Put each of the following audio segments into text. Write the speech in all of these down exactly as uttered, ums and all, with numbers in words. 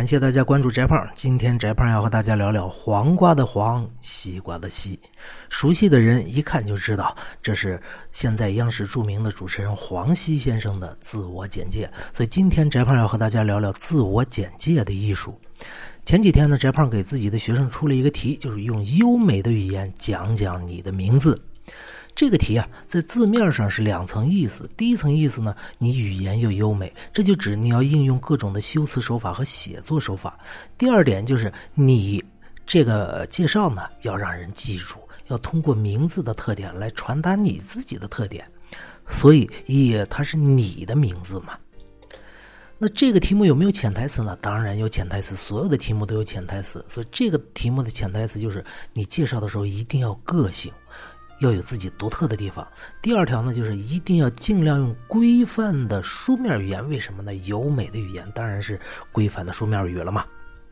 感谢大家关注翟胖。今天翟胖要和大家聊聊黄瓜的黄，西瓜的西。熟悉的人一看就知道，这是现在央视著名的主持人黄西先生的自我简介。所以今天翟胖要和大家聊聊自我简介的艺术。前几天呢，翟胖给自己的学生出了一个题，就是用优美的语言讲讲你的名字。这个题啊，在字面上是两层意思。第一层意思呢，你语言又优美，这就指你要应用各种的修辞手法和写作手法。第二点就是你这个介绍呢，要让人记住，要通过名字的特点来传达你自己的特点。所以也它是你的名字嘛。那这个题目有没有潜台词呢？当然有潜台词，所有的题目都有潜台词。所以这个题目的潜台词就是你介绍的时候一定要个性，要有自己独特的地方。第二条呢，就是一定要尽量用规范的书面语言。为什么呢？优美的语言当然是规范的书面语了嘛。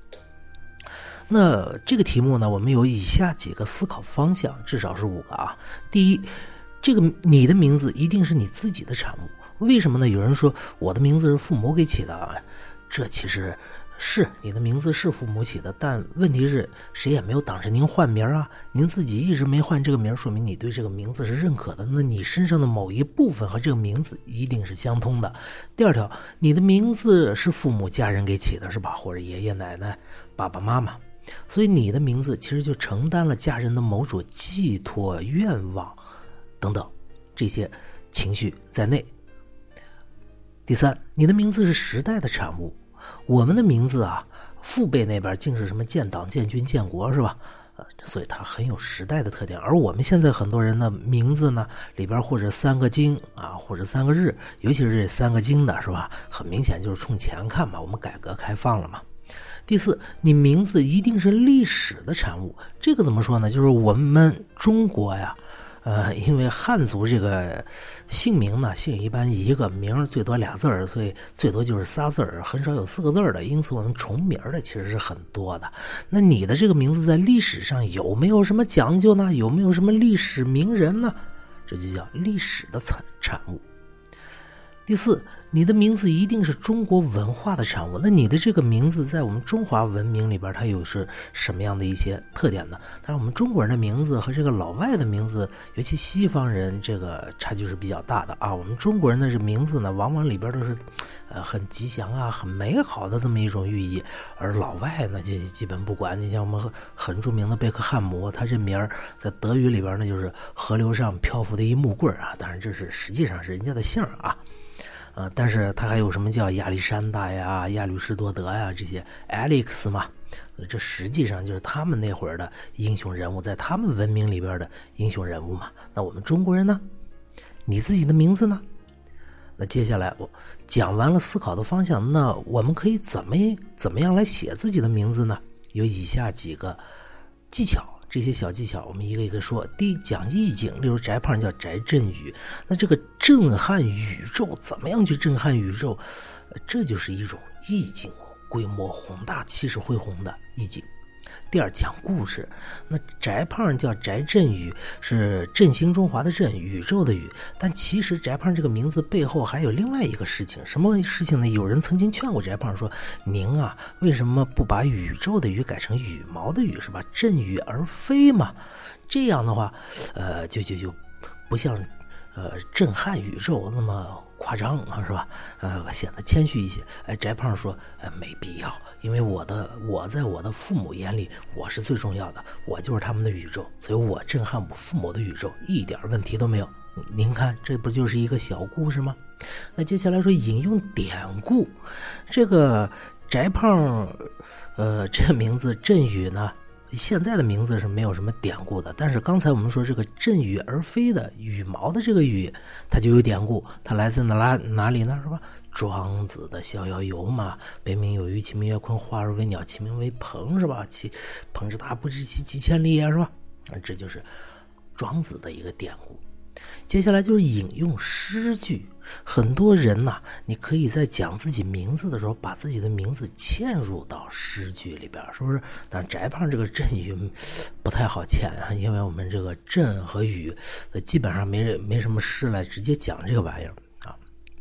那这个题目呢，我们有以下几个思考方向，至少是五个啊。第一，这个你的名字一定是你自己的产物。为什么呢？有人说我的名字是父母给起的啊，这其实是你的名字是父母起的，但问题是谁也没有挡着您换名啊，您自己一直没换这个名，说明你对这个名字是认可的，那你身上的某一部分和这个名字一定是相通的。第二条，你的名字是父母家人给起的，是吧？或者爷爷奶奶、爸爸妈妈，所以你的名字其实就承担了家人的某种寄托、愿望等等这些情绪在内。第三，你的名字是时代的产物。我们的名字啊，父辈那边竟是什么建党、建军、建国，是吧？呃，所以它很有时代的特点。而我们现在很多人的名字呢，里边或者三个经啊，或者三个日，尤其是这三个经的，是吧？很明显就是冲前看嘛，我们改革开放了嘛。第四，你名字一定是历史的产物。这个怎么说呢？就是我们中国呀。呃，因为汉族这个姓名呢，姓一般一个名最多俩字儿，所以最多就是仨字儿，很少有四个字儿的，因此我们重名的其实是很多的。那你的这个名字在历史上有没有什么讲究呢？有没有什么历史名人呢？这就叫历史的产产物。第四，你的名字一定是中国文化的产物。那你的这个名字在我们中华文明里边，它有是什么样的一些特点呢？当然我们中国人的名字和这个老外的名字，尤其西方人，这个差距是比较大的啊。我们中国人的这名字呢，往往里边都是呃很吉祥啊、很美好的这么一种寓意，而老外呢就基本不管。你像我们很著名的贝克汉姆，他这名儿在德语里边呢就是河流上漂浮的一木棍啊，当然这是实际上是人家的姓啊。呃，但是他还有什么叫亚历山大呀、亚里士多德呀这些 Alex 嘛，这实际上就是他们那会儿的英雄人物，在他们文明里边的英雄人物嘛。那我们中国人呢？你自己的名字呢？那接下来我讲完了思考的方向，那我们可以怎么怎么样来写自己的名字呢？有以下几个技巧。这些小技巧我们一个一个说。第一，讲意境，例如翟胖叫翟振宇，那这个震撼宇宙，怎么样去震撼宇宙？这就是一种意境，规模宏大、气势恢宏的意境。第二，讲故事，那翟胖叫翟振宇，是振兴中华的振，宇宙的宇。但其实翟胖这个名字背后还有另外一个事情，什么事情呢？有人曾经劝过翟胖说：“您啊，为什么不把宇宙的宇改成羽毛的羽，是吧？振羽而飞嘛。这样的话，呃，就就就不像呃震撼宇宙那么夸张啊，是吧？呃，显得谦虚一些。哎，翟胖说，呃，没必要，因为我的我在我的父母眼里，我是最重要的，我就是他们的宇宙，所以我震撼我父母的宇宙一点问题都没有。您看，这不就是一个小故事吗？那接下来说引用典故，这个翟胖，呃，这个名字振宇呢？现在的名字是没有什么典故的，但是刚才我们说这个振羽而飞的羽毛的这个羽，它就有典故，它来自哪哪里呢？是吧？庄子的《逍遥游》嘛，北冥有鱼，其名曰鲲，化而为鸟，其名为鹏，是吧？其鹏之大，不知其几千里也，是吧？这就是庄子的一个典故。接下来就是引用诗句，很多人呐、啊，你可以在讲自己名字的时候，把自己的名字嵌入到诗句里边，是不是？但是翟胖这个振宇不太好嵌啊，因为我们这个振和宇，呃，基本上没没什么诗来直接讲这个玩意儿啊。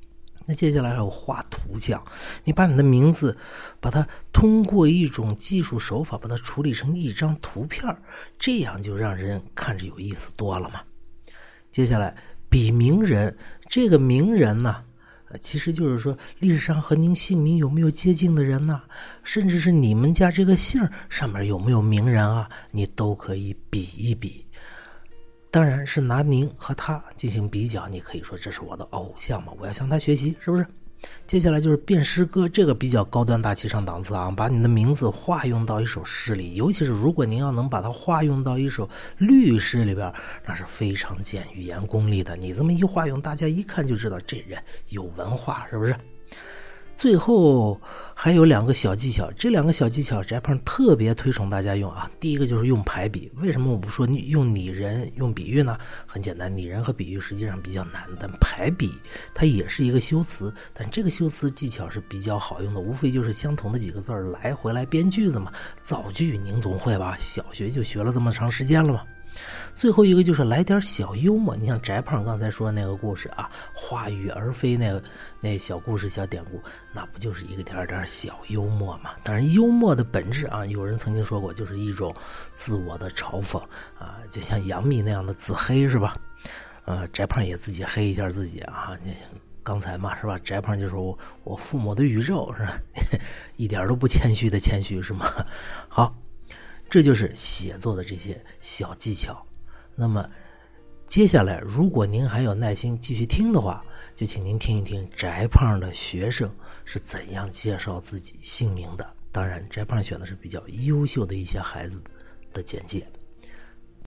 那接下来还有画图像，你把你的名字把它通过一种技术手法把它处理成一张图片，这样就让人看着有意思多了嘛。接下来笔名人，这个名人呢，其实就是说历史上和您姓名有没有接近的人呢，甚至是你们家这个姓上面有没有名人啊，你都可以比一比。当然是拿您和他进行比较，你可以说这是我的偶像嘛，我要向他学习，是不是？接下来就是变诗歌，这个比较高端大气上档次啊，把你的名字化用到一首诗里，尤其是如果您要能把它化用到一首律诗里边，那是非常见语言功力的。你这么一化用，大家一看就知道这人有文化，是不是？最后还有两个小技巧，这两个小技巧翟胖特别推崇大家用啊。第一个就是用排比，为什么我不说用拟人用比喻呢？很简单，拟人和比喻实际上比较难，但排比它也是一个修辞，但这个修辞技巧是比较好用的，无非就是相同的几个字来回来编句子嘛。造句您总会吧，小学就学了这么长时间了嘛。最后一个就是来点小幽默，你像翟胖刚才说的那个故事啊，化羽而飞那个那小故事小典故，那不就是一个点点小幽默嘛？当然幽默的本质啊，有人曾经说过，就是一种自我的嘲讽啊，就像杨幂那样的自黑是吧？呃，翟胖也自己黑一下自己啊，刚才嘛是吧？翟胖就说我我父母的宇宙是吧？一点都不谦虚的谦虚是吗？好。这就是写作的这些小技巧。那么接下来如果您还有耐心继续听的话，就请您听一听翟胖的学生是怎样介绍自己姓名的。当然翟胖选的是比较优秀的一些孩子的简介。